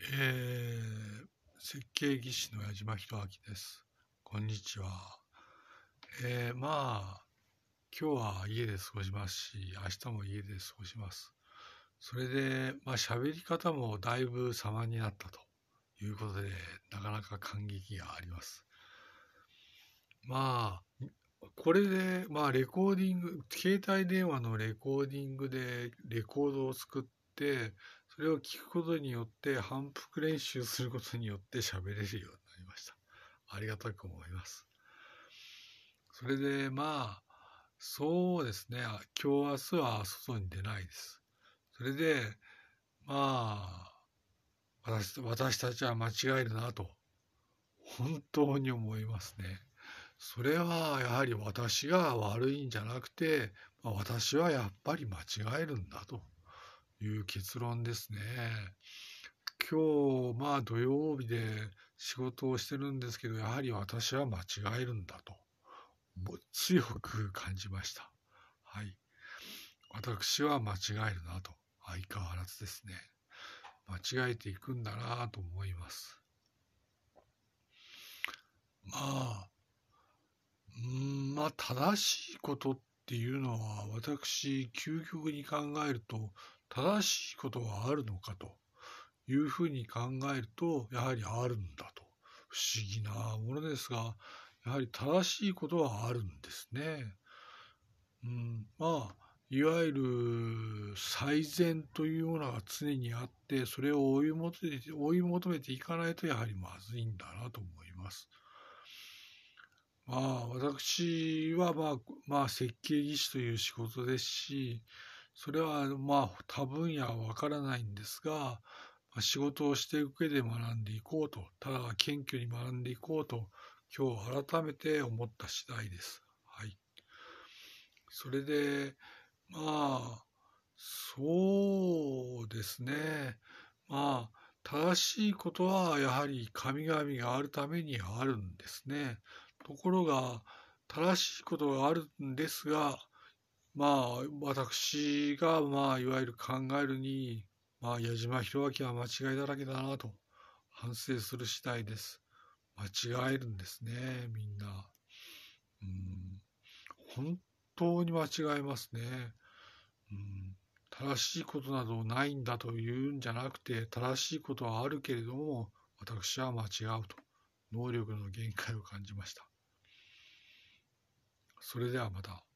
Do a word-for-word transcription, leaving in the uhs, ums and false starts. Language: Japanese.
えー、設計技師の矢島弘明です。こんにちは。えー、まあ、今日は家で過ごしますし、明日も家で過ごします。それで、まあ、喋り方もだいぶ様になったということで、なかなか感激があります。まあ、これで、まあ、レコーディング、携帯電話のレコーディングでレコードを作って、それを聞くことによって反復練習することによって喋れるようになりました。ありがたく思います。それでまあ、そうですね、今日明日は外に出ないです。それで、まあ、私、私たちは間違えるなと、本当に思いますね。それはやはり私が悪いんじゃなくて、まあ、私はやっぱり間違えるんだという結論ですね。今日、まあ土曜日で仕事をしてるんですけど、やはり私は間違えるんだと、もう強く感じました。はい。私は間違えるなと、相変わらずですね。間違えていくんだなと思います。まあ、うーん、まあ正しいことっていうのは、私、究極に考えると、正しいことはあるのかというふうに考えると、やはりあるんだと。不思議なものですが、やはり正しいことはあるんですね。うん、まあ、いわゆる最善というものが常にあって、それを追い求めて、追い求めていかないとやはりまずいんだなと思います。まあ、私はまあ、まあ、設計技師という仕事ですし、それはまあ、多分野はわからないんですが、仕事をしていく上で学んでいこうと、ただ謙虚に学んでいこうと、今日改めて思った次第です。はい。それで、まあ、そうですね。まあ、正しいことはやはり神々があるためにあるんですね。ところが、正しいことがあるんですが、まあ、私が、まあ、いわゆる考えるに、まあ、矢島弘明は間違いだらけだなと反省する次第です。間違えるんですね、みんな。うん、本当に間違えますね。うん、正しいことなどないんだというんじゃなくて、正しいことはあるけれども、私は間違うと、能力の限界を感じました。それではまた。